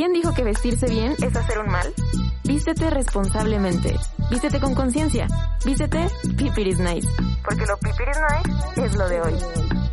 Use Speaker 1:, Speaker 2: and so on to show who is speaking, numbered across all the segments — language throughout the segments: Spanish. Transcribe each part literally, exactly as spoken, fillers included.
Speaker 1: ¿Quién dijo que vestirse bien es hacer un mal? Vístete responsablemente. Vístete con conciencia. Vístete Pipiris Nice. Porque lo Pipiris Nice es lo de hoy.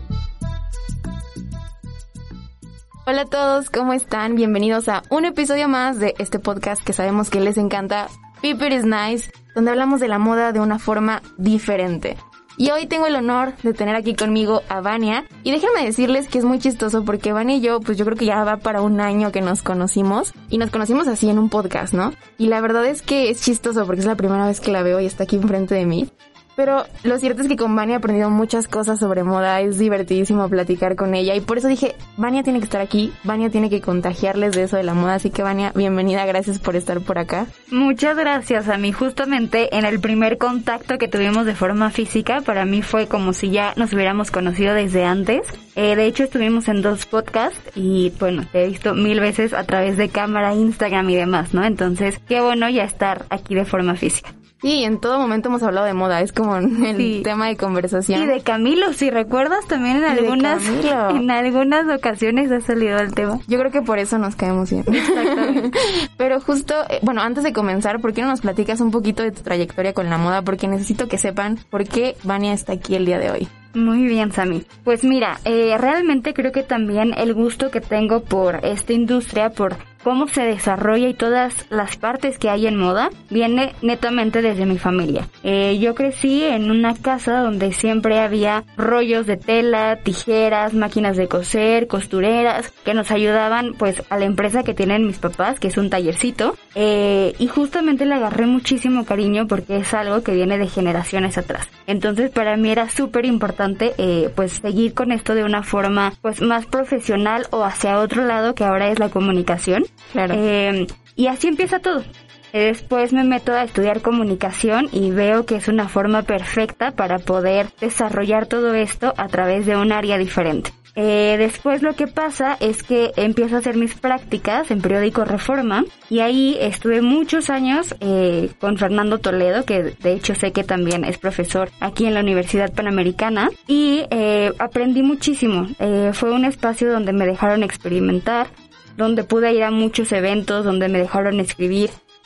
Speaker 1: Hola a todos, ¿cómo están? Bienvenidos a un episodio más de este podcast que sabemos que les encanta, Pipiris Nice, donde hablamos de la moda de una forma diferente. Y hoy tengo el honor de tener aquí conmigo a Vania. Y déjenme decirles que es muy chistoso porque Vania y yo, pues yo creo que ya va para un año que nos conocimos. Y nos conocimos así en un podcast, ¿no? Y la verdad es que es chistoso porque es la primera vez que la veo y está aquí enfrente de mí. Pero lo cierto es que con Vania he aprendido muchas cosas sobre moda, es divertidísimo platicar con ella y por eso dije, Vania tiene que estar aquí, Vania tiene que contagiarles de eso de la moda, así que Vania, bienvenida, gracias por estar por acá.
Speaker 2: Muchas gracias a mí, justamente en el primer contacto que tuvimos de forma física, para mí fue como si ya nos hubiéramos conocido desde antes. Eh, de hecho estuvimos en dos podcasts y bueno, te he visto mil veces a través de cámara, Instagram y demás, ¿no? Entonces, qué bueno ya estar aquí de forma física.
Speaker 1: Sí, en todo momento hemos hablado de moda, es como el sí. tema de conversación.
Speaker 2: Y de Camilo, si recuerdas, también en algunas en algunas ocasiones ha salido el tema.
Speaker 1: Yo creo que por eso nos caemos bien.
Speaker 2: Exactamente.
Speaker 1: Pero justo, eh, bueno, antes de comenzar, ¿por qué no nos platicas un poquito de tu trayectoria con la moda? Porque necesito que sepan por qué Vania está aquí el día de hoy.
Speaker 2: Muy bien, Sammy. Pues mira, eh, realmente creo que también el gusto que tengo por esta industria, por cómo se desarrolla y todas las partes que hay en moda, viene netamente desde mi familia. Eh, yo crecí en una casa donde siempre había rollos de tela, tijeras, máquinas de coser, costureras, que nos ayudaban pues a la empresa que tienen mis papás, que es un tallercito, eh, y justamente le agarré muchísimo cariño porque es algo que viene de generaciones atrás. Entonces para mí era súper importante eh, pues seguir con esto de una forma pues más profesional o hacia otro lado, que ahora es la comunicación.
Speaker 1: Claro.
Speaker 2: Eh, y así empieza todo. Después me meto a estudiar comunicación y veo que es una forma perfecta para poder desarrollar todo esto a través de un área diferente. Eh, después lo que pasa es que empiezo a hacer mis prácticas en Periódico Reforma y ahí estuve muchos años eh, con Fernando Toledo, que de hecho sé que también es profesor aquí en la Universidad Panamericana, y eh, aprendí muchísimo. Eh, fue un espacio donde me dejaron experimentar, donde pude ir a muchos eventos, donde me dejaron escribir.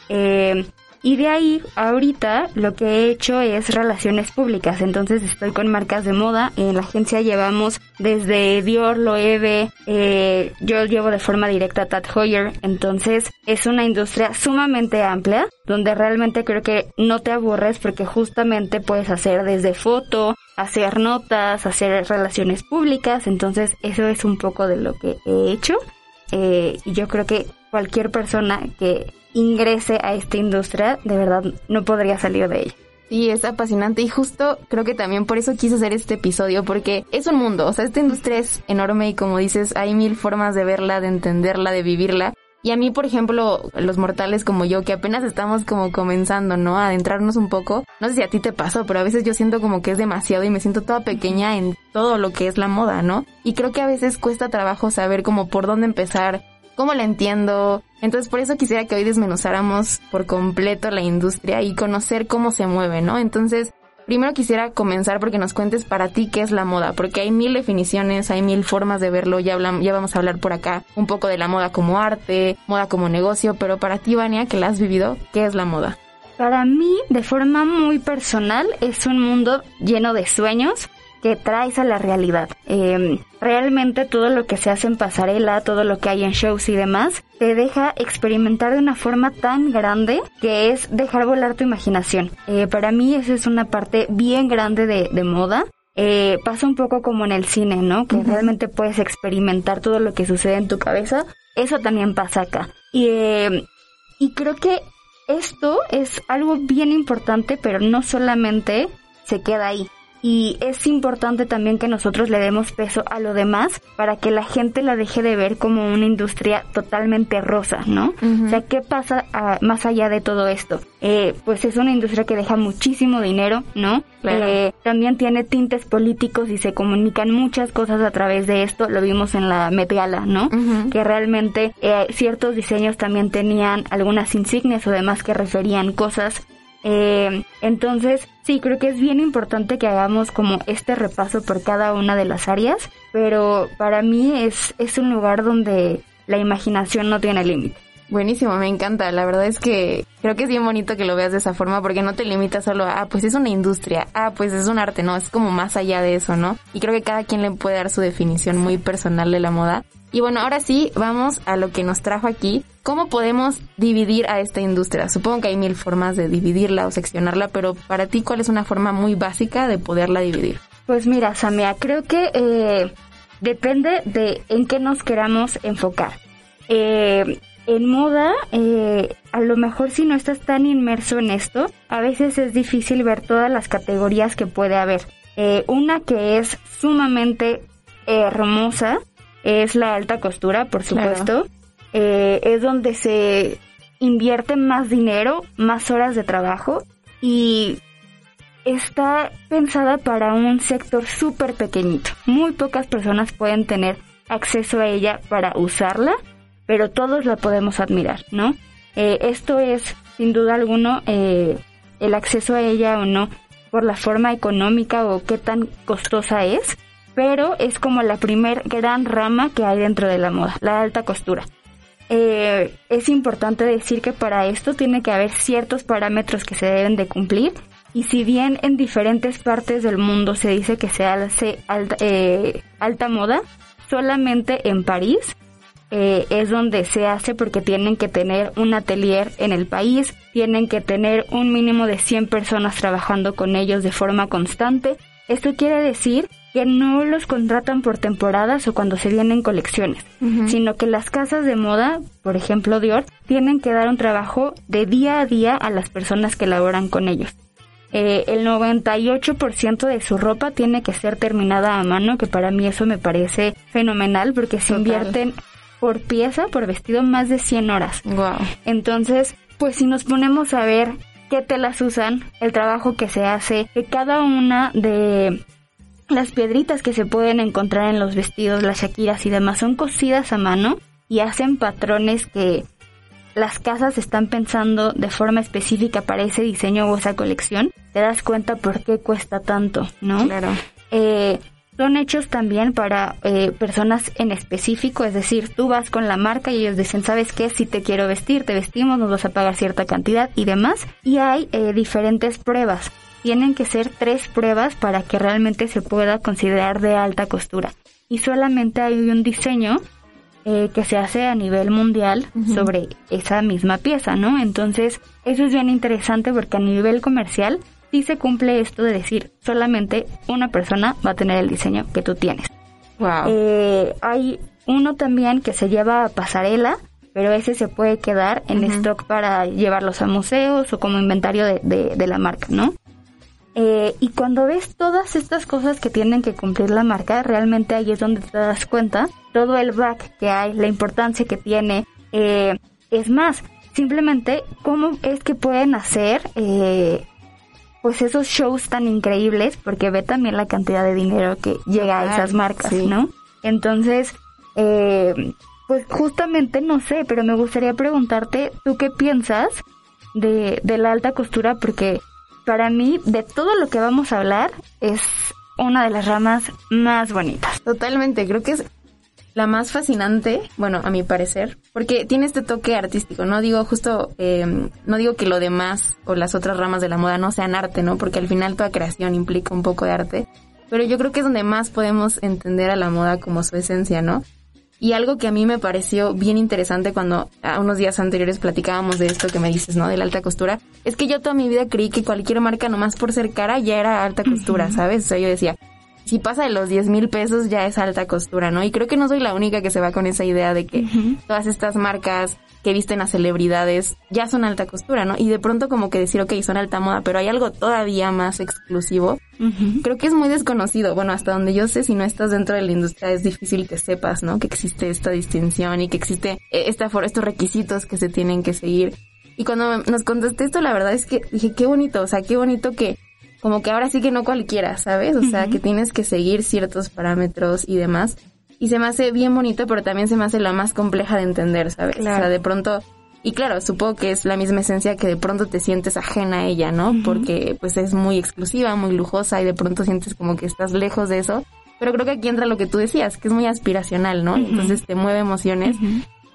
Speaker 2: Eh, y de ahí, ahorita, lo que he hecho es relaciones públicas. Entonces estoy con marcas de moda. En la agencia llevamos desde Dior, Loewe, eh, yo llevo de forma directa a Tat Heuer. Entonces es una industria sumamente amplia, donde realmente creo que no te aburres porque justamente puedes hacer desde foto, hacer notas, hacer relaciones públicas. Entonces eso es un poco de lo que he hecho. Eh, y yo creo que cualquier persona que ingrese a esta industria, de verdad, no podría salir de ella.
Speaker 1: Sí, es apasionante y justo creo que también por eso quise hacer este episodio, porque es un mundo, o sea, esta industria es enorme y como dices, hay mil formas de verla, de entenderla, de vivirla. Y a mí, por ejemplo, los mortales como yo, que apenas estamos como comenzando, ¿no? A adentrarnos un poco. No sé si a ti te pasó, pero a veces yo siento como que es demasiado y me siento toda pequeña en todo lo que es la moda, ¿no? Y creo que a veces cuesta trabajo saber como por dónde empezar, cómo la entiendo. Entonces, por eso quisiera que hoy desmenuzáramos por completo la industria y conocer cómo se mueve, ¿no? Entonces, primero quisiera comenzar porque nos cuentes para ti qué es la moda, porque hay mil definiciones, hay mil formas de verlo, ya hablamos, ya vamos a hablar por acá un poco de la moda como arte, moda como negocio, pero para ti, Vania, que la has vivido, ¿qué es la moda?
Speaker 2: Para mí, de forma muy personal, es un mundo lleno de sueños que traes a la realidad. Eh, realmente todo lo que se hace en pasarela, todo lo que hay en shows y demás, te deja experimentar de una forma tan grande que es dejar volar tu imaginación. Eh, para mí esa es una parte bien grande de, de moda. Eh, pasa un poco como en el cine, ¿no? Que uh-huh. realmente puedes experimentar todo lo que sucede en tu cabeza. Eso también pasa acá. Y, eh, y creo que esto es algo bien importante, pero no solamente se queda ahí. Y es importante también que nosotros le demos peso a lo demás para que la gente la deje de ver como una industria totalmente rosa, ¿no? Uh-huh. O sea, ¿qué pasa a, más allá de todo esto? Eh, pues es una industria que deja muchísimo dinero, ¿no? Claro. Eh, también tiene tintes políticos y se comunican muchas cosas a través de esto. Lo vimos en la Met Gala, ¿no? Uh-huh. Que realmente eh, ciertos diseños también tenían algunas insignias o demás que referían cosas. Eh, entonces, sí, creo que es bien importante que hagamos como este repaso por cada una de las áreas, pero para mí es, es un lugar donde la imaginación no tiene límite.
Speaker 1: Buenísimo, me encanta. La verdad es que creo que es bien bonito que lo veas de esa forma porque no te limitas solo a, ah, pues es una industria, ah, pues es un arte, no, es como más allá de eso, ¿no? Y creo que cada quien le puede dar su definición muy personal de la moda. Y bueno, ahora sí, vamos a lo que nos trajo aquí. ¿Cómo podemos dividir a esta industria? Supongo que hay mil formas de dividirla o seccionarla, pero para ti, ¿cuál es una forma muy básica de poderla dividir?
Speaker 2: Pues mira, Samia, creo que eh, depende de en qué nos queramos enfocar. Eh... En moda, eh, a lo mejor si no estás tan inmerso en esto, a veces es difícil ver todas las categorías que puede haber. Eh, una que es sumamente hermosa es la alta costura, por supuesto. Claro. Eh, es donde se invierte más dinero, más horas de trabajo y está pensada para un sector súper pequeñito. Muy pocas personas pueden tener acceso a ella para usarla, pero todos la podemos admirar, ¿no? Eh, esto es, sin duda alguno, eh, el acceso a ella o no, por la forma económica o qué tan costosa es, pero es como la primer gran rama que hay dentro de la moda, la alta costura. Eh, es importante decir que para esto tiene que haber ciertos parámetros que se deben de cumplir, y si bien en diferentes partes del mundo se dice que se hace alta, eh, alta moda, solamente en París, Eh, es donde se hace porque tienen que tener un atelier en el país, tienen que tener un mínimo de cien personas trabajando con ellos de forma constante. Esto quiere decir que no los contratan por temporadas o cuando se vienen colecciones, uh-huh. sino que las casas de moda, por ejemplo Dior, tienen que dar un trabajo de día a día a las personas que laboran con ellos. Eh, el noventa y ocho por ciento de su ropa tiene que ser terminada a mano, que para mí eso me parece fenomenal porque se Total. invierten por pieza, por vestido, más de cien horas.
Speaker 1: Wow.
Speaker 2: Entonces, pues si nos ponemos a ver qué telas usan, el trabajo que se hace, que cada una de las piedritas que se pueden encontrar en los vestidos, las shakiras y demás, son cosidas a mano y hacen patrones que las casas están pensando de forma específica para ese diseño o esa colección, te das cuenta por qué cuesta tanto, ¿no?
Speaker 1: Claro.
Speaker 2: Eh... Son hechos también para eh, personas en específico, es decir, tú vas con la marca y ellos dicen, ¿sabes qué? Si te quiero vestir, te vestimos, nos vas a pagar cierta cantidad y demás. Y hay eh, diferentes pruebas. Tienen que ser tres pruebas para que realmente se pueda considerar de alta costura. Y solamente hay un diseño eh, que se hace a nivel mundial uh-huh. sobre esa misma pieza, ¿no? Entonces, eso es bien interesante porque a nivel comercial sí se cumple esto de decir solamente una persona va a tener el diseño que tú tienes.
Speaker 1: Wow.
Speaker 2: Eh, hay uno también que se lleva a pasarela, pero ese se puede quedar en uh-huh. stock para llevarlos a museos o como inventario de, de, de la marca, ¿no? Eh, y cuando ves todas estas cosas que tienen que cumplir la marca, realmente ahí es donde te das cuenta todo el back que hay, la importancia que tiene. Eh, es más, simplemente cómo es que pueden hacer eh, pues esos shows tan increíbles, porque ve también la cantidad de dinero que llega a esas marcas, sí. ¿no? Entonces, eh, pues justamente no sé, pero me gustaría preguntarte, ¿tú qué piensas de, de la alta costura? Porque para mí, de todo lo que vamos a hablar, es una de las ramas más bonitas.
Speaker 1: Totalmente, creo que es la más fascinante, bueno, a mi parecer, porque tiene este toque artístico, no digo justo, eh, no digo que lo demás o las otras ramas de la moda no sean arte, ¿no? Porque al final toda creación implica un poco de arte, pero yo creo que es donde más podemos entender a la moda como su esencia, ¿no? Y algo que a mí me pareció bien interesante cuando a unos días anteriores platicábamos de esto que me dices, ¿no? De la alta costura, es que yo toda mi vida creí que cualquier marca nomás por ser cara ya era alta costura, ¿sabes? O sea, yo decía, si pasa de los diez mil pesos ya es alta costura, ¿no? Y creo que no soy la única que se va con esa idea de que uh-huh. todas estas marcas que visten a celebridades ya son alta costura, ¿no? Y de pronto como que decir, ok, son alta moda, pero hay algo todavía más exclusivo. Uh-huh. Creo que es muy desconocido. Bueno, hasta donde yo sé, si no estás dentro de la industria es difícil que sepas, ¿no? Que existe esta distinción y que existe esta for- estos requisitos que se tienen que seguir. Y cuando nos contaste esto, la verdad es que dije, qué bonito, o sea, qué bonito que como que ahora sí que no cualquiera, ¿sabes? O sea, uh-huh. que tienes que seguir ciertos parámetros y demás. Y se me hace bien bonito, pero también se me hace la más compleja de entender, ¿sabes? Claro. O sea, de pronto... Y claro, supongo que es la misma esencia que de pronto te sientes ajena a ella, ¿no? Uh-huh. Porque pues es muy exclusiva, muy lujosa y de pronto sientes como que estás lejos de eso. Pero creo que aquí entra lo que tú decías, que es muy aspiracional, ¿no? Uh-huh. Entonces te mueve emociones. Uh-huh.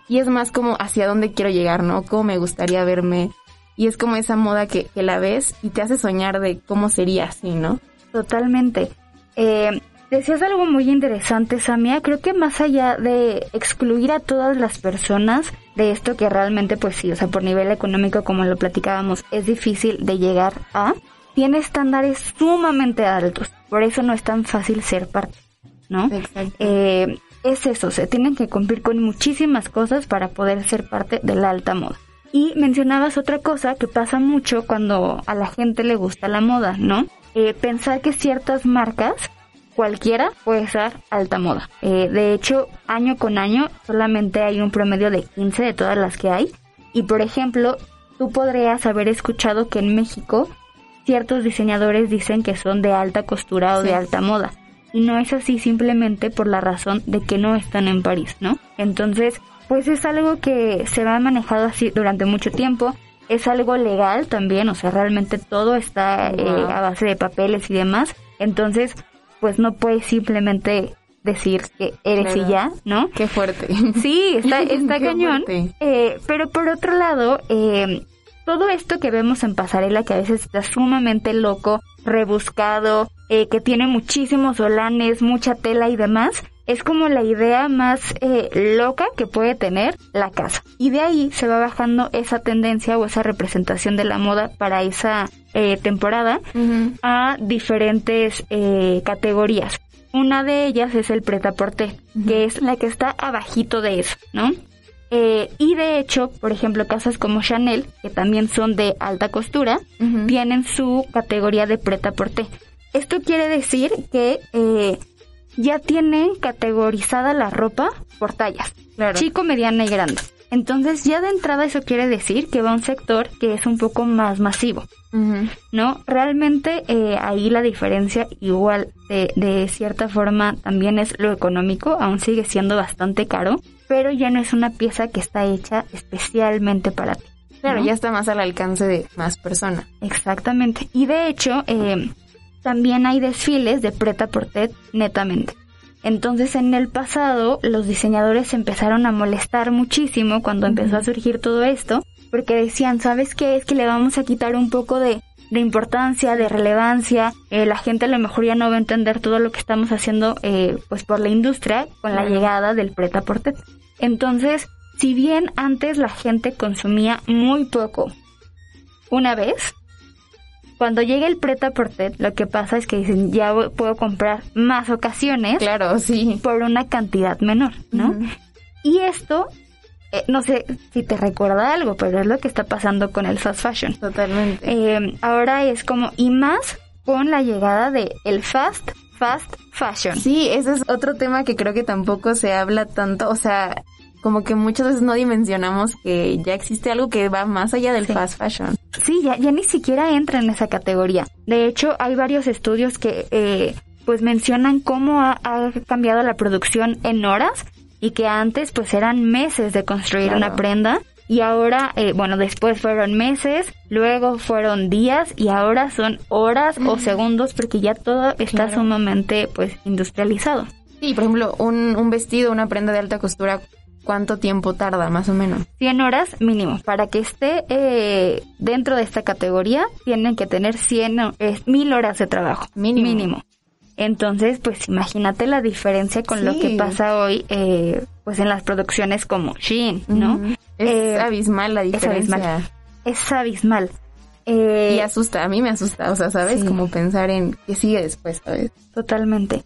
Speaker 1: y es más como hacia dónde quiero llegar, ¿no? Cómo me gustaría verme. Y es como esa moda que, que la ves y te hace soñar de cómo sería así, ¿no?
Speaker 2: Totalmente. Eh, decías algo muy interesante, Samia. Creo que más allá de excluir a todas las personas de esto que realmente, pues sí, o sea, por nivel económico, como lo platicábamos, es difícil de llegar a, tiene estándares sumamente altos. Por eso no es tan fácil ser parte, ¿no?
Speaker 1: Exacto.
Speaker 2: Eh, es eso, se tienen que cumplir con muchísimas cosas para poder ser parte de la alta moda. Y mencionabas otra cosa que pasa mucho cuando a la gente le gusta la moda, ¿no? Eh, pensar que ciertas marcas, cualquiera, puede ser alta moda. Eh, de hecho, año con año solamente hay un promedio de quince de todas las que hay. Y por ejemplo, tú podrías haber escuchado que en México ciertos diseñadores dicen que son de alta costura o sí. de alta moda. Y no es así simplemente por la razón de que no están en París, ¿no? Entonces, pues es algo que se va manejado así durante mucho tiempo. Es algo legal también, o sea, realmente todo está wow. eh, a base de papeles y demás. Entonces, pues no puedes simplemente decir que eres claro. y ya, ¿no?
Speaker 1: Qué fuerte.
Speaker 2: Sí, está, está cañón. Eh, pero por otro lado, eh, todo esto que vemos en pasarela, que a veces está sumamente loco, rebuscado, eh, que tiene muchísimos solanes, mucha tela y demás, es como la idea más eh, loca que puede tener la casa. Y de ahí se va bajando esa tendencia o esa representación de la moda para esa eh, temporada uh-huh. a diferentes eh, categorías. Una de ellas es el prêt-à-porter, uh-huh. que es la que está abajito de eso, ¿no? Eh, y de hecho, por ejemplo, casas como Chanel, que también son de alta costura, uh-huh. tienen su categoría de prêt-à-porter. Esto quiere decir que eh, ya tienen categorizada la ropa por tallas, claro. chico, mediana y grande. Entonces ya de entrada eso quiere decir que va a un sector que es un poco más masivo, uh-huh. ¿no? Realmente eh, ahí la diferencia igual de, de cierta forma también es lo económico, aún sigue siendo bastante caro, pero ya no es una pieza que está hecha especialmente para ti.
Speaker 1: Claro,
Speaker 2: ¿no?
Speaker 1: Ya está más al alcance de más personas.
Speaker 2: Exactamente. Y de hecho, eh, también hay desfiles de prêt-à-porter netamente. Entonces, en el pasado, los diseñadores se empezaron a molestar muchísimo cuando uh-huh. empezó a surgir todo esto, porque decían, ¿sabes qué? Es que le vamos a quitar un poco de, de importancia, de relevancia. Eh, la gente a lo mejor ya no va a entender todo lo que estamos haciendo eh, pues por la industria con la uh-huh. llegada del prêt-à-porter. Entonces, si bien antes la gente consumía muy poco una vez, cuando llega el prêt-à-porter, lo que pasa es que dicen, ya puedo comprar más ocasiones.
Speaker 1: Claro, sí.
Speaker 2: Por una cantidad menor, ¿no? Uh-huh. Y esto, eh, no sé si te recuerda algo, pero es lo que está pasando con el fast fashion.
Speaker 1: Totalmente.
Speaker 2: Eh, ahora es como, y más con la llegada de el fast, fast fashion.
Speaker 1: Sí, ese es otro tema que creo que tampoco se habla tanto, o sea, como que muchas veces no dimensionamos que ya existe algo que va más allá del sí. fast fashion.
Speaker 2: Sí, ya, ya ni siquiera entra en esa categoría. De hecho, hay varios estudios que eh, pues mencionan cómo ha, ha cambiado la producción en horas y que antes pues eran meses de construir claro. una prenda y ahora, eh, bueno, después fueron meses, luego fueron días y ahora son horas o segundos porque ya todo está claro. sumamente pues industrializado.
Speaker 1: Sí, por ejemplo, un, un vestido, una prenda de alta costura, ¿cuánto tiempo tarda, más o menos?
Speaker 2: cien horas mínimo. Para que esté eh, dentro de esta categoría, tienen que tener cien, eh, mil horas de trabajo.
Speaker 1: Mínimo.
Speaker 2: Mínimo. Entonces, pues imagínate la diferencia con sí. lo que pasa hoy, eh, pues en las producciones como Shein, ¿no?
Speaker 1: Uh-huh. Es eh, abismal la diferencia.
Speaker 2: Es abismal. Es abismal. Eh,
Speaker 1: y asusta, a mí me asusta, o sea, ¿sabes? Sí. Como pensar en qué sigue después, ¿sabes?
Speaker 2: Totalmente.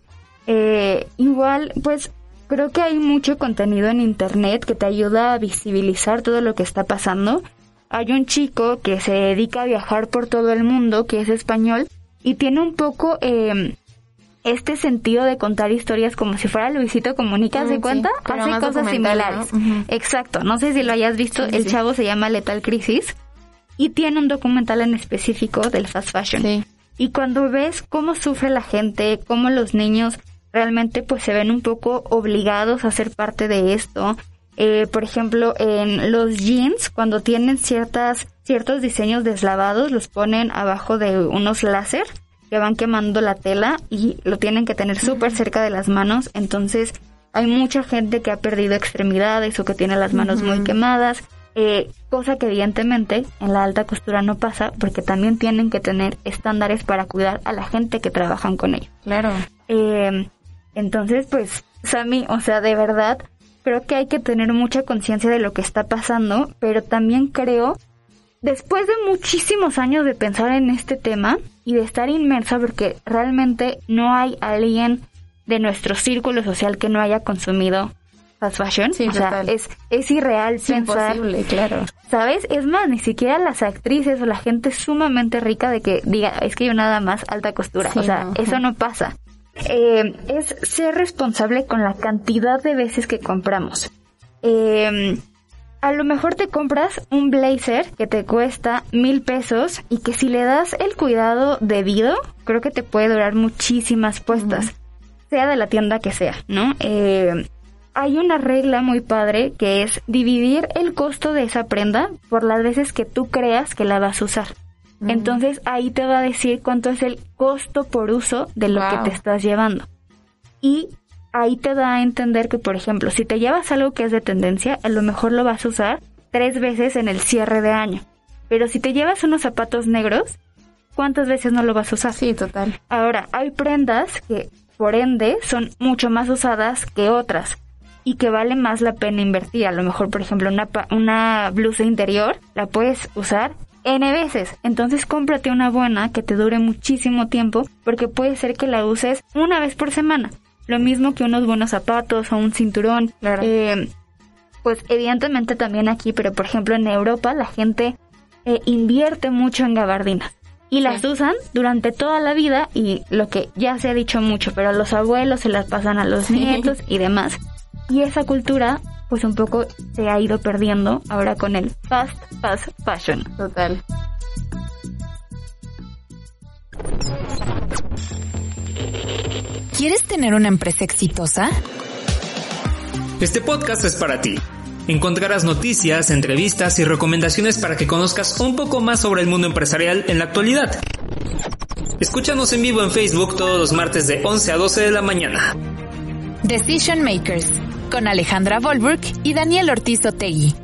Speaker 2: Eh, igual, pues... Creo que hay mucho contenido en internet que te ayuda a visibilizar todo lo que está pasando. Hay un chico que se dedica a viajar por todo el mundo, que es español, y tiene un poco eh, este sentido de contar historias como si fuera Luisito Comunica, ¿se mm, cuenta?
Speaker 1: Sí,
Speaker 2: hace cosas similares.
Speaker 1: ¿No? Uh-huh.
Speaker 2: Exacto, no sé si lo hayas visto, sí, el sí. chavo se llama Lethal Crisis, y tiene un documental en específico del fast fashion.
Speaker 1: Sí.
Speaker 2: Y cuando ves cómo sufre la gente, cómo los niños... realmente pues se ven un poco obligados a ser parte de esto. Eh, por ejemplo, en los jeans, cuando tienen ciertas ciertos diseños deslavados, los ponen abajo de unos láser que van quemando la tela y lo tienen que tener súper cerca de las manos. Entonces, Hay mucha gente que ha perdido extremidades o que tiene las manos uh-huh. muy quemadas, eh, cosa que evidentemente en la alta costura no pasa porque también tienen que tener estándares para cuidar a la gente que trabajan con ellos.
Speaker 1: Claro.
Speaker 2: Eh, entonces, pues, Sammy, o sea, de verdad, creo que hay que tener mucha conciencia de lo que está pasando, pero también creo, después de muchísimos años de pensar en este tema y de estar inmersa, porque realmente no hay alguien de nuestro círculo social que no haya consumido fast fashion.
Speaker 1: Sí,
Speaker 2: o
Speaker 1: total.
Speaker 2: sea, es, es irreal
Speaker 1: es
Speaker 2: pensar.
Speaker 1: Imposible, claro.
Speaker 2: ¿Sabes? Es más, ni siquiera las actrices o la gente sumamente rica de que diga, es que yo nada más alta costura. Sí, o sea, no. Eso no pasa. Eh, es ser responsable con la cantidad de veces que compramos. Eh, a lo mejor te compras un blazer que te cuesta mil pesos y que si le das el cuidado debido, creo que te puede durar muchísimas puestas, uh-huh. sea de la tienda que sea, ¿no? Eh, hay una regla muy padre que es dividir el costo de esa prenda por las veces que tú creas que la vas a usar. Entonces ahí te va a decir cuánto es el costo por uso de lo wow. que te estás llevando. Y ahí te da a entender que, por ejemplo, si te llevas algo que es de tendencia, a lo mejor lo vas a usar tres veces en el cierre de año. Pero si te llevas unos zapatos negros, ¿cuántas veces no lo vas a usar?
Speaker 1: Sí, total.
Speaker 2: Ahora, hay prendas que, por ende, son mucho más usadas que otras y que vale más la pena invertir. A lo mejor, por ejemplo, una, una blusa interior la puedes usar N veces, entonces cómprate una buena que te dure muchísimo tiempo porque puede ser que la uses una vez por semana, lo mismo que unos buenos zapatos o un cinturón.
Speaker 1: Claro.
Speaker 2: Eh, pues evidentemente también aquí, pero por ejemplo en Europa la gente eh, invierte mucho en gabardinas y las sí. usan durante toda la vida y lo que ya se ha dicho mucho, pero a los abuelos se las pasan a los sí. nietos y demás. Y esa cultura pues un poco se ha ido perdiendo ahora con el fast, fast fashion.
Speaker 1: Total.
Speaker 3: ¿Quieres tener una empresa exitosa?
Speaker 4: Este podcast es para ti. Encontrarás noticias, entrevistas y recomendaciones para que conozcas un poco más sobre el mundo empresarial en la actualidad. Escúchanos en vivo en Facebook todos los martes de once a doce de la mañana.
Speaker 3: Decision Makers, con Alejandra Volburg y Daniel Ortiz Otegui.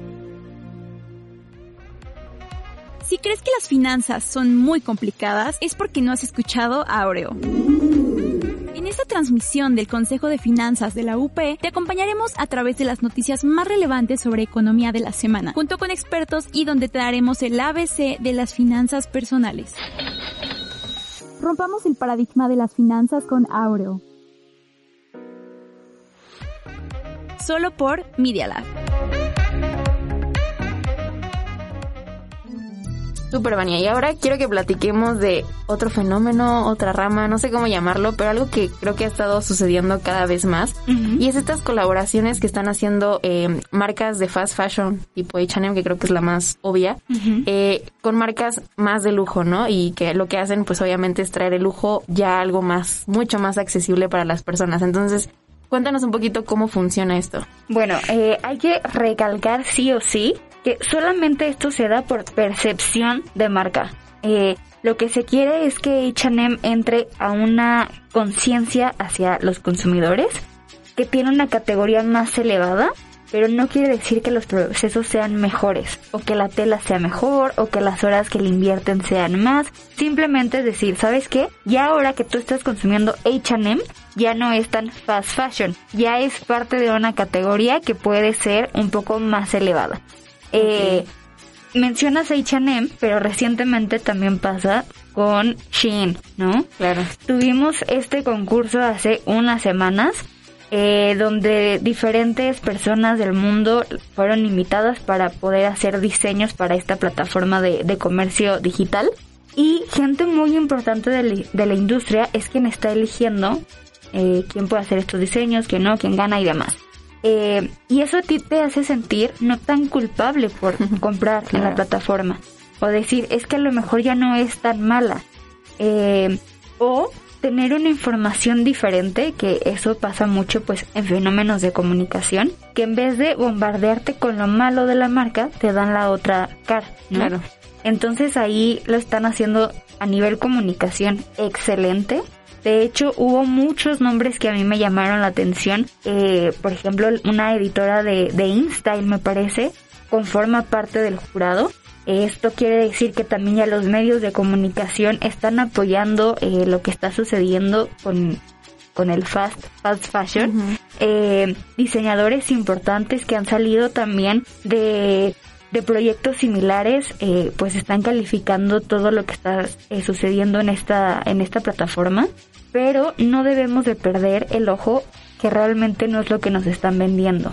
Speaker 5: Si crees que las finanzas son muy complicadas, es porque no has escuchado a Aureo. En esta transmisión del Consejo de Finanzas de la U P, te acompañaremos a través de las noticias más relevantes sobre economía de la semana, junto con expertos y donde te daremos el A B C de las finanzas personales. Rompamos el paradigma de las finanzas con Aureo. Solo por Media Lab.
Speaker 1: Súper, Vania. Y ahora quiero que platiquemos de otro fenómeno, otra rama, no sé cómo llamarlo, pero algo que creo que ha estado sucediendo cada vez más. Uh-huh. Y es estas colaboraciones que están haciendo eh, marcas de fast fashion, tipo H and M, que creo que es la más obvia, uh-huh. eh, con marcas más de lujo, ¿no? Y que lo que hacen, pues obviamente es traer el lujo ya a algo más, mucho más accesible para las personas. Entonces, cuéntanos un poquito cómo funciona esto.
Speaker 2: Bueno, eh, hay que recalcar sí o sí que solamente esto se da por percepción de marca. Eh, lo que se quiere es que H and M entre a una conciencia hacia los consumidores, que tiene una categoría más elevada, pero no quiere decir que los procesos sean mejores, o que la tela sea mejor, o que las horas que le invierten sean más. Simplemente es decir, ¿sabes qué? Ya ahora que tú estás consumiendo H and M, ya no es tan fast fashion, ya es parte de una categoría que puede ser un poco más elevada. Eh, okay. Mencionas H and M, pero recientemente también pasa con Shein, ¿no?
Speaker 1: Claro.
Speaker 2: Tuvimos este concurso hace unas semanas, eh, donde diferentes personas del mundo fueron invitadas para poder hacer diseños para esta plataforma de, de comercio digital. Y gente muy importante de, de la industria es quien está eligiendo eh, quién puede hacer estos diseños, quién no, quién gana y demás. Eh, y eso a ti te hace sentir no tan culpable por comprar claro. en la plataforma, o decir, es que a lo mejor ya no es tan mala, eh, o tener una información diferente, que eso pasa mucho pues en fenómenos de comunicación, que en vez de bombardearte con lo malo de la marca, te dan la otra cara, ¿no?
Speaker 1: Claro.
Speaker 2: Entonces ahí lo están haciendo a nivel comunicación excelente. De hecho, hubo muchos nombres que a mí me llamaron la atención. Eh, por ejemplo, una editora de, de InStyle, me parece, conforma parte del jurado. Esto quiere decir que también ya los medios de comunicación están apoyando eh, lo que está sucediendo con, con el fast, fast fashion. Uh-huh. Eh, diseñadores importantes que han salido también de, de proyectos similares, eh, pues están calificando todo lo que está eh, sucediendo en esta, en esta plataforma. Pero no debemos de perder el ojo, que realmente no es lo que nos están vendiendo.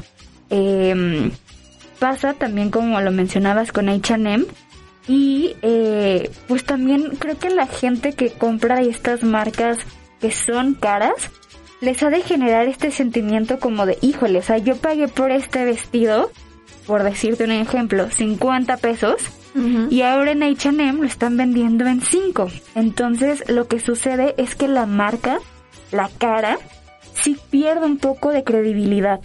Speaker 2: Eh, Pasa también, como lo mencionabas, con H and M, y eh, pues también creo que la gente que compra estas marcas que son caras les ha de generar este sentimiento como de, híjole, o sea, yo pagué por este vestido, por decirte un ejemplo, cincuenta pesos, uh-huh. y ahora en H and M lo están vendiendo en cinco. Entonces lo que sucede es que la marca, la cara, sí pierde un poco de credibilidad.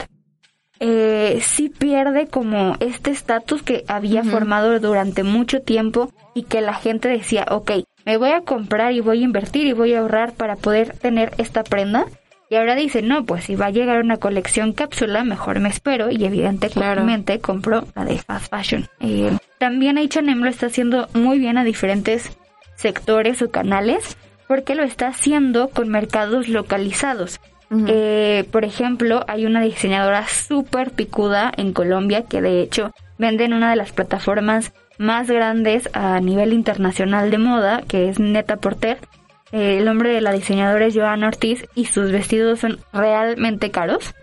Speaker 2: Eh, sí pierde como este estatus que había uh-huh. formado durante mucho tiempo, y que la gente decía, ok, me voy a comprar y voy a invertir y voy a ahorrar para poder tener esta prenda. Y ahora dice, no, pues si va a llegar una colección cápsula, mejor me espero, y evidentemente claro. compro la de fast fashion. Eh, también H and M lo está haciendo muy bien a diferentes sectores o canales, porque lo está haciendo con mercados localizados. Uh-huh. Eh, por ejemplo, hay una diseñadora súper picuda en Colombia que de hecho vende en una de las plataformas más grandes a nivel internacional de moda, que es Net-a-Porter. Eh, el nombre de la diseñadora es Joana Ortiz y sus vestidos son realmente caros.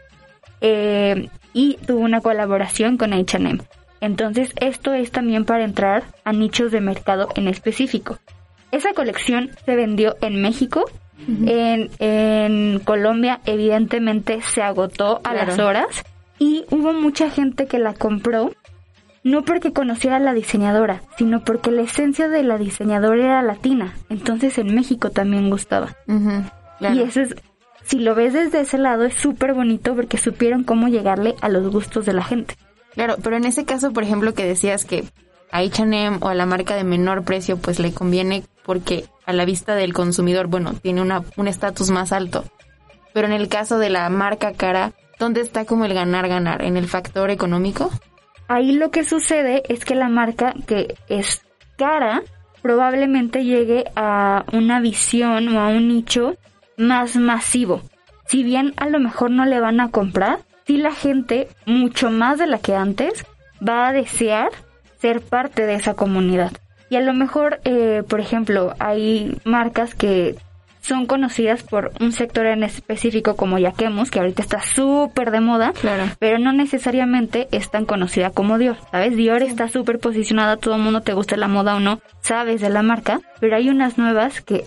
Speaker 2: Eh, y tuvo una colaboración con H and M. Entonces esto es también para entrar a nichos de mercado en específico. Esa colección se vendió en México. Uh-huh. En, en Colombia evidentemente se agotó a claro. las horas, y hubo mucha gente que la compró no porque conociera a la diseñadora, sino porque la esencia de la diseñadora era latina. Entonces en México también gustaba. Uh-huh. Claro. Y eso es, si lo ves desde ese lado, es súper bonito porque supieron cómo llegarle a los gustos de la gente.
Speaker 1: Claro, pero en ese caso, por ejemplo, que decías que a H and M o a la marca de menor precio pues le conviene porque a la vista del consumidor, bueno, tiene una un estatus más alto. Pero en el caso de la marca cara, ¿dónde está como el ganar-ganar? ¿En el factor económico?
Speaker 2: Ahí lo que sucede es que la marca que es cara probablemente llegue a una visión o a un nicho más masivo. Si bien a lo mejor no le van a comprar, sí la gente, mucho más de la que antes, va a desear ser parte de esa comunidad. Y a lo mejor, eh, por ejemplo, hay marcas que son conocidas por un sector en específico como Jacquemus, que ahorita está súper de moda, claro. pero no necesariamente es tan conocida como Dior, ¿sabes? Dior sí. está súper posicionada, todo el mundo, te guste la moda o no, sabes de la marca, pero hay unas nuevas que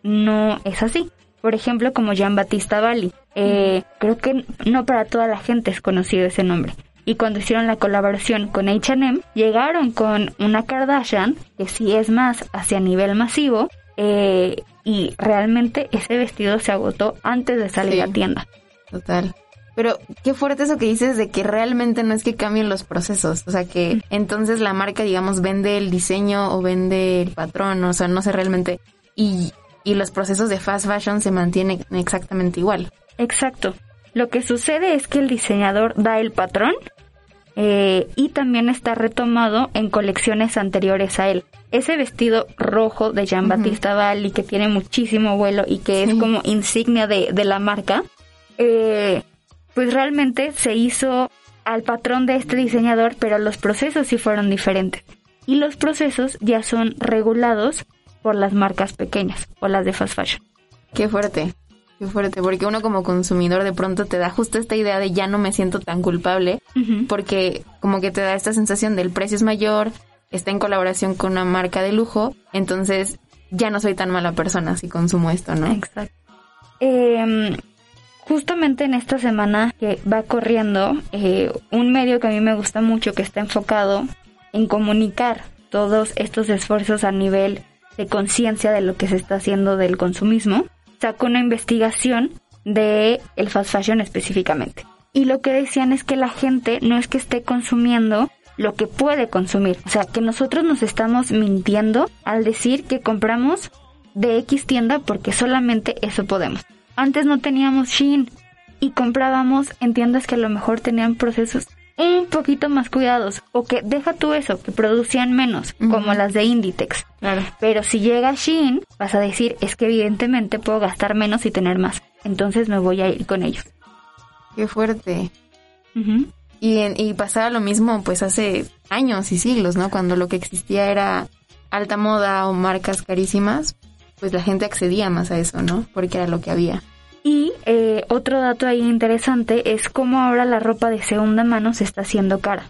Speaker 2: no es así. Por ejemplo, como Giambattista Valli. Eh, uh-huh. Creo que no para toda la gente es conocido ese nombre. Y cuando hicieron la colaboración con H and M, llegaron con una Kardashian, que sí es más hacia nivel masivo, eh, y realmente ese vestido se agotó antes de salir sí, a tienda.
Speaker 1: Total. Pero qué fuerte eso que dices de que realmente no es que cambien los procesos. O sea, que entonces la marca, digamos, vende el diseño o vende el patrón, o sea, no sé realmente. Y, y los procesos de fast fashion se mantienen exactamente igual.
Speaker 2: Exacto. Lo que sucede es que el diseñador da el patrón eh, y también está retomado en colecciones anteriores a él. Ese vestido rojo de Giambattista uh-huh. Valli que tiene muchísimo vuelo y que sí. es como insignia de, de la marca, eh, pues realmente se hizo al patrón de este diseñador, pero los procesos sí fueron diferentes. Y los procesos ya son regulados por las marcas pequeñas o las de fast fashion.
Speaker 1: Qué fuerte. Qué fuerte, porque uno como consumidor de pronto te da justo esta idea de ya no me siento tan culpable, uh-huh. porque como que te da esta sensación del precio es mayor, está en colaboración con una marca de lujo, entonces ya no soy tan mala persona si consumo esto, ¿no?
Speaker 2: Exacto. Eh, justamente en esta semana que va corriendo, eh, un medio que a mí me gusta mucho, que está enfocado en comunicar todos estos esfuerzos a nivel de conciencia de lo que se está haciendo del consumismo, sacó una investigación de el fast fashion específicamente. Y lo que decían es que la gente no es que esté consumiendo lo que puede consumir. O sea, que nosotros nos estamos mintiendo al decir que compramos de X tienda porque solamente eso podemos. Antes no teníamos Shein y comprábamos en tiendas que a lo mejor tenían procesos un poquito más cuidados, o que deja tú eso, que producían menos, uh-huh. como las de Inditex.
Speaker 1: Claro.
Speaker 2: Pero si llega Shein, vas a decir, es que evidentemente puedo gastar menos y tener más, entonces me voy a ir con ellos.
Speaker 1: Qué fuerte.
Speaker 2: Uh-huh.
Speaker 1: Y, en, y pasaba lo mismo pues hace años y siglos, ¿no? Cuando lo que existía era alta moda o marcas carísimas, pues la gente accedía más a eso, ¿no? Porque era lo que había.
Speaker 2: Y eh, otro dato ahí interesante es cómo ahora la ropa de segunda mano se está haciendo cara.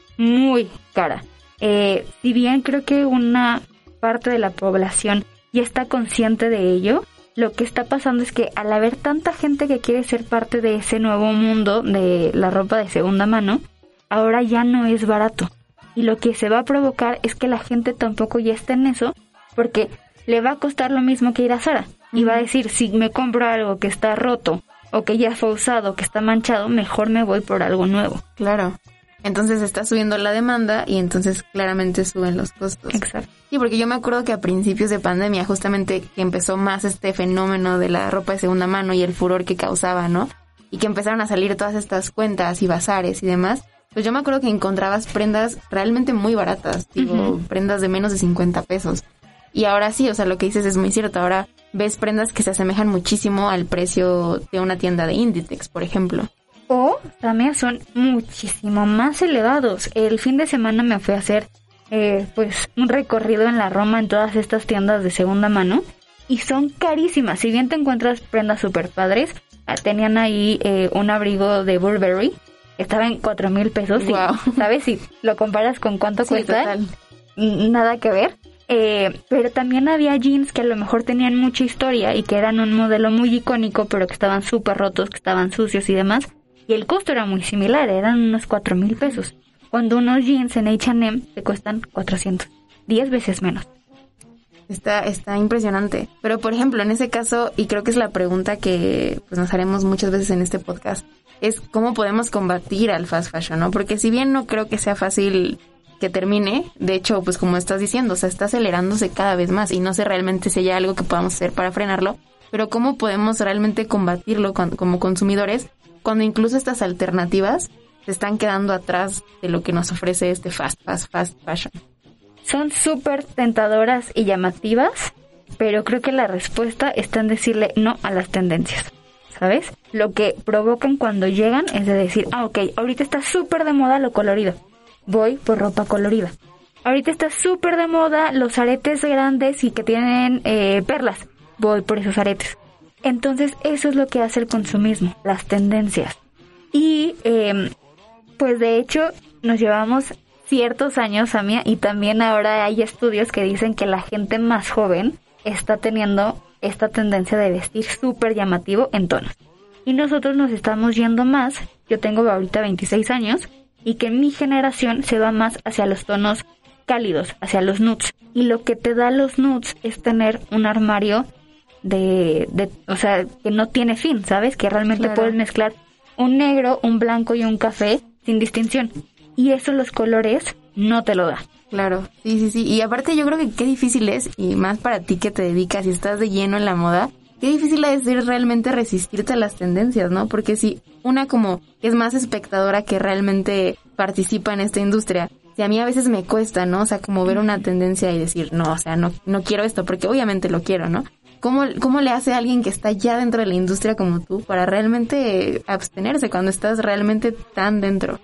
Speaker 2: Muy cara. Eh, si bien creo que una parte de la población ya está consciente de ello, lo que está pasando es que al haber tanta gente que quiere ser parte de ese nuevo mundo de la ropa de segunda mano, ahora ya no es barato. Y lo que se va a provocar es que la gente tampoco ya esté en eso, porque le va a costar lo mismo que ir a Zara. Y va a decir, si me compro algo que está roto o que ya fue usado, que está manchado, mejor me voy por algo nuevo.
Speaker 1: Claro. Entonces está subiendo la demanda y entonces claramente suben los costos.
Speaker 2: Exacto.
Speaker 1: Sí, porque yo me acuerdo que a principios de pandemia, justamente que empezó más este fenómeno de la ropa de segunda mano y el furor que causaba, ¿no? Y que empezaron a salir todas estas cuentas y bazares y demás, pues yo me acuerdo que encontrabas prendas realmente muy baratas, digo, uh-huh. prendas de menos de cincuenta pesos. Y ahora sí, o sea, lo que dices es muy cierto. Ahora ves prendas que se asemejan muchísimo al precio de una tienda de Inditex, por ejemplo.
Speaker 2: O también son muchísimo más elevados. El fin de semana me fui a hacer eh, pues un recorrido en la Roma en todas estas tiendas de segunda mano y son carísimas. Si bien te encuentras prendas super padres, tenían ahí eh, un abrigo de Burberry, estaba en cuatro mil pesos.
Speaker 1: Wow.
Speaker 2: Y, ¿sabes? Si lo comparas con cuánto
Speaker 1: Sí,
Speaker 2: cuesta,
Speaker 1: total.
Speaker 2: Nada que ver. Eh, pero también había jeans que a lo mejor tenían mucha historia y que eran un modelo muy icónico, pero que estaban súper rotos, que estaban sucios y demás. Y el costo era muy similar, eran unos cuatro mil pesos. Cuando unos jeans en H and M te cuestan cuatrocientos, diez veces menos.
Speaker 1: Está, está impresionante. Pero, por ejemplo, en ese caso, y creo que es la pregunta que pues, nos haremos muchas veces en este podcast, es cómo podemos combatir al fast fashion, ¿no? Porque si bien no creo que sea fácil que termine, de hecho, pues como estás diciendo, o sea, está acelerándose cada vez más y no sé realmente si hay algo que podamos hacer para frenarlo, pero cómo podemos realmente combatirlo con, como consumidores cuando incluso estas alternativas se están quedando atrás de lo que nos ofrece este fast, fast, fast fashion.
Speaker 2: Son súper tentadoras y llamativas, pero creo que la respuesta está en decirle no a las tendencias, ¿sabes? Lo que provocan cuando llegan es de decir, ah, ok, ahorita está súper de moda lo colorido, voy por ropa colorida. Ahorita está súper de moda los aretes grandes y que tienen eh, perlas, voy por esos aretes. Entonces eso es lo que hace el consumismo, las tendencias. Y eh, pues de hecho nos llevamos ciertos años, Samia, y también ahora hay estudios que dicen que la gente más joven está teniendo esta tendencia de vestir súper llamativo en tonos. Y nosotros nos estamos yendo más, yo tengo ahorita veintiséis años, y que mi generación se va más hacia los tonos cálidos, hacia los nudes. Y lo que te da los nudes es tener un armario de, de o sea, que no tiene fin, ¿sabes? Que realmente claro. puedes mezclar un negro, un blanco y un café sin distinción. Y eso los colores no te lo da.
Speaker 1: Claro, sí, sí, sí. Y aparte yo creo que qué difícil es, y más para ti que te dedicas y estás de lleno en la moda, qué difícil es realmente resistirte a las tendencias, ¿no? Porque si una como es más espectadora que realmente participa en esta industria, si a mí a veces me cuesta, ¿no? O sea, como ver una tendencia y decir, no, o sea, no, no quiero esto, porque obviamente lo quiero, ¿no? ¿Cómo, ¿Cómo le hace a alguien que está ya dentro de la industria como tú para realmente abstenerse cuando estás realmente tan dentro?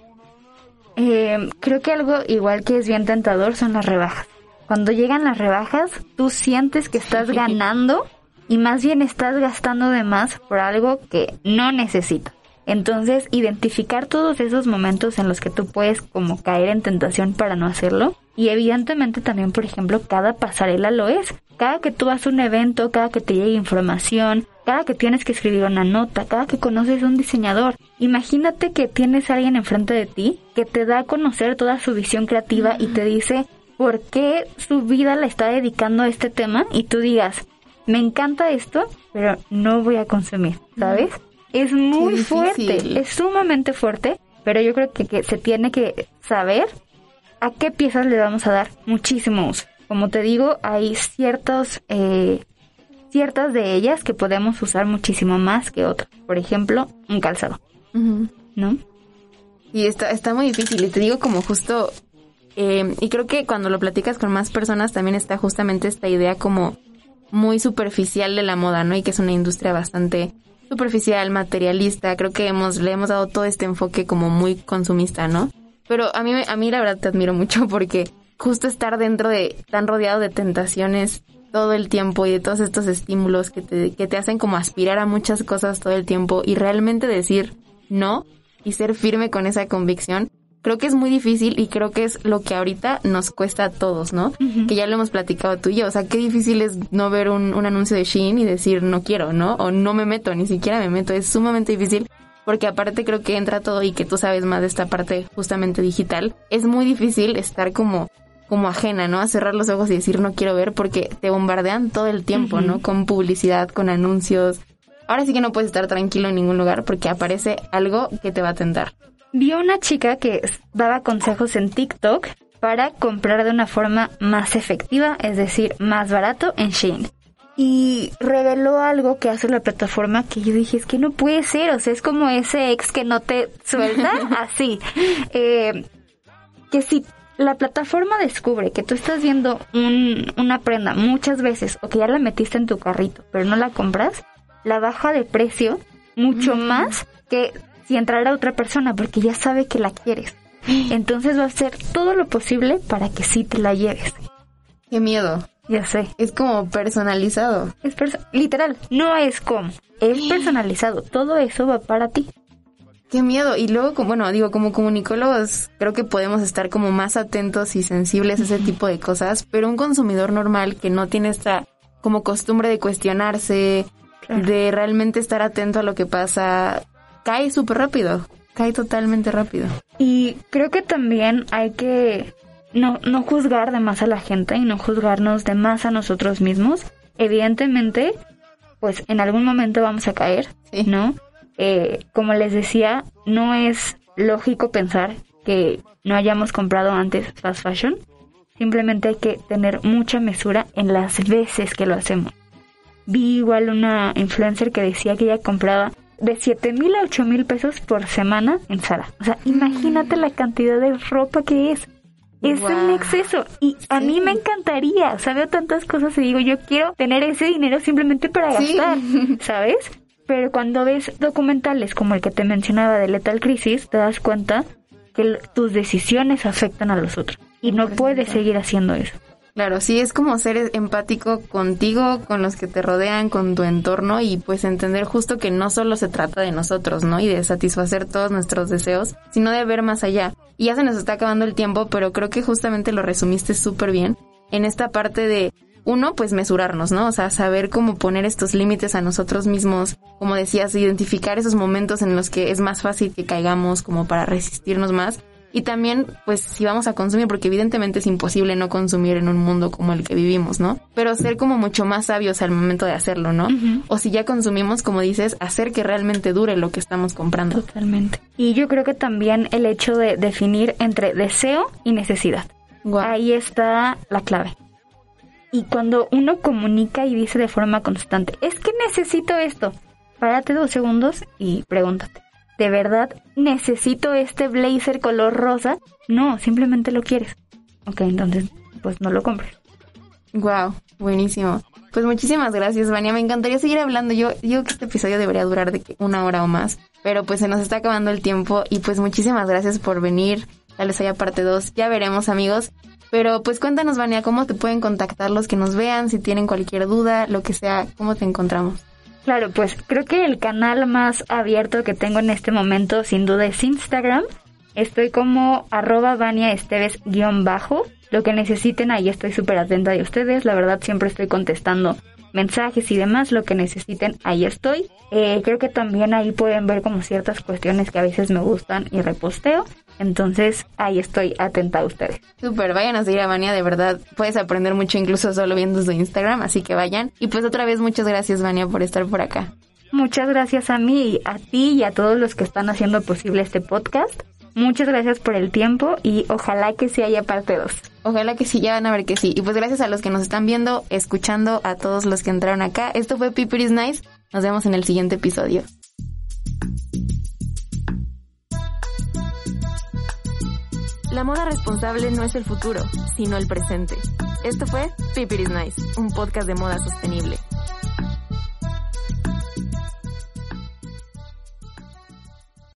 Speaker 2: Eh, creo que algo igual que es bien tentador son las rebajas. Cuando llegan las rebajas, tú sientes que estás ganando y más bien estás gastando de más por algo que no necesitas. Entonces, identificar todos esos momentos en los que tú puedes como caer en tentación para no hacerlo. Y evidentemente también, por ejemplo, cada pasarela lo es. Cada que tú vas a un evento, cada que te llegue información, cada que tienes que escribir una nota, cada que conoces a un diseñador. Imagínate que tienes a alguien enfrente de ti que te da a conocer toda su visión creativa y te dice por qué su vida la está dedicando a este tema y tú digas, me encanta esto, pero no voy a consumir, ¿sabes? Es muy fuerte, es sumamente fuerte, pero yo creo que, que se tiene que saber a qué piezas le vamos a dar muchísimo uso. Como te digo, hay ciertos eh, ciertas de ellas que podemos usar muchísimo más que otras. Por ejemplo, un calzado, uh-huh. ¿no?
Speaker 1: Y está, está muy difícil, y te digo como justo, eh, y creo que cuando lo platicas con más personas también está justamente esta idea como muy superficial de la moda, ¿no? Y que es una industria bastante superficial, materialista. Creo que hemos le hemos dado todo este enfoque como muy consumista, ¿no? Pero a mí, a mí la verdad te admiro mucho porque justo estar dentro de, tan rodeado de tentaciones todo el tiempo y de todos estos estímulos que te, que te hacen como aspirar a muchas cosas todo el tiempo y realmente decir no y ser firme con esa convicción, creo que es muy difícil y creo que es lo que ahorita nos cuesta a todos, ¿no? Uh-huh. Que ya lo hemos platicado tú y yo, o sea, qué difícil es no ver un, un anuncio de Shein y decir no quiero, ¿no? O no me meto, ni siquiera me meto, es sumamente difícil porque aparte creo que entra todo y que tú sabes más de esta parte justamente digital, es muy difícil estar como como ajena, ¿no? A cerrar los ojos y decir no quiero ver porque te bombardean todo el tiempo, uh-huh. ¿no? Con publicidad, con anuncios. Ahora sí que no puedes estar tranquilo en ningún lugar porque aparece algo que te va a tentar.
Speaker 2: Vi a una chica que daba consejos en TikTok para comprar de una forma más efectiva, es decir, más barato en Shein. Y reveló algo que hace la plataforma que yo dije, es que no puede ser, o sea, es como ese ex que no te suelta, así. Eh, que si la plataforma descubre que tú estás viendo un, una prenda muchas veces o que ya la metiste en tu carrito, pero no la compras, la baja de precio mucho mm. más que si entrara otra persona porque ya sabe que la quieres. Entonces va a hacer todo lo posible para que sí te la lleves.
Speaker 1: ¡Qué miedo!
Speaker 2: Ya sé.
Speaker 1: Es como personalizado.
Speaker 2: Es perso- literal, no es como, es personalizado. Todo eso va para ti.
Speaker 1: ¡Qué miedo! Y luego, bueno, digo, como comunicólogos creo que podemos estar como más atentos y sensibles a ese tipo de cosas, pero un consumidor normal que no tiene esta como costumbre de cuestionarse, claro. de realmente estar atento a lo que pasa, cae súper rápido, cae totalmente rápido.
Speaker 2: Y creo que también hay que no, no juzgar de más a la gente y no juzgarnos de más a nosotros mismos. Evidentemente, pues en algún momento vamos a caer, sí. ¿no? Eh, como les decía, no es lógico pensar que no hayamos comprado antes fast fashion. Simplemente hay que tener mucha mesura en las veces que lo hacemos. Vi igual una influencer que decía que ella compraba de siete mil a ocho mil pesos por semana en Zara. O sea, imagínate la cantidad de ropa que es. Es wow. un exceso. Y a sí. mí me encantaría. O sea, veo tantas cosas y digo, yo quiero tener ese dinero simplemente para sí. gastar, ¿sabes? Pero cuando ves documentales como el que te mencionaba de Lethal Crisis, te das cuenta que tus decisiones afectan a los otros. Y no puedes seguir haciendo eso.
Speaker 1: Claro, sí, es como ser empático contigo, con los que te rodean, con tu entorno y pues entender justo que no solo se trata de nosotros, ¿no? Y de satisfacer todos nuestros deseos, sino de ver más allá. Y ya se nos está acabando el tiempo, pero creo que justamente lo resumiste súper bien en esta parte de, uno, pues mesurarnos, ¿no? O sea, saber cómo poner estos límites a nosotros mismos, como decías, identificar esos momentos en los que es más fácil que caigamos como para resistirnos más. Y también, pues, si vamos a consumir, porque evidentemente es imposible no consumir en un mundo como el que vivimos, ¿no? Pero ser como mucho más sabios al momento de hacerlo, ¿no? Uh-huh. O si ya consumimos, como dices, hacer que realmente dure lo que estamos comprando.
Speaker 2: Totalmente. Y yo creo que también el hecho de definir entre deseo y necesidad. Wow. Ahí está la clave. Y cuando uno comunica y dice de forma constante, es que necesito esto, párate dos segundos y pregúntate, ¿de verdad necesito este blazer color rosa? No, simplemente lo quieres. Ok, entonces, pues no lo compres.
Speaker 1: Wow, buenísimo. Pues muchísimas gracias, Vania. Me encantaría seguir hablando. Yo digo que este episodio debería durar de una hora o más, pero pues se nos está acabando el tiempo y pues muchísimas gracias por venir. Tal vez haya parte dos. Ya veremos, amigos. Pero pues cuéntanos, Vania, cómo te pueden contactar los que nos vean, si tienen cualquier duda, lo que sea, ¿cómo te encontramos?
Speaker 2: Claro, pues creo que el canal más abierto que tengo en este momento sin duda es Instagram. Estoy como arroba Vania Esteves guión bajo. Lo que necesiten, ahí estoy súper atenta de ustedes. La verdad siempre estoy contestando mensajes y demás. Lo que necesiten, ahí estoy. Eh, creo que también ahí pueden ver como ciertas cuestiones que a veces me gustan y reposteo. Entonces, ahí estoy atenta a ustedes.
Speaker 1: Súper, vayan a seguir a Vania, de verdad. Puedes aprender mucho incluso solo viendo su Instagram, así que vayan. Y pues otra vez, muchas gracias, Vania, por estar por acá.
Speaker 2: Muchas gracias a mí, a ti y a todos los que están haciendo posible este podcast. Muchas gracias por el tiempo y ojalá que sí haya parte dos.
Speaker 1: Ojalá que sí, ya van a ver que sí. Y pues gracias a los que nos están viendo, escuchando, a todos los que entraron acá. Esto fue People is Nice. Nos vemos en el siguiente episodio. La moda responsable no es el futuro, sino el presente. Esto fue People is Nice, un podcast de moda sostenible.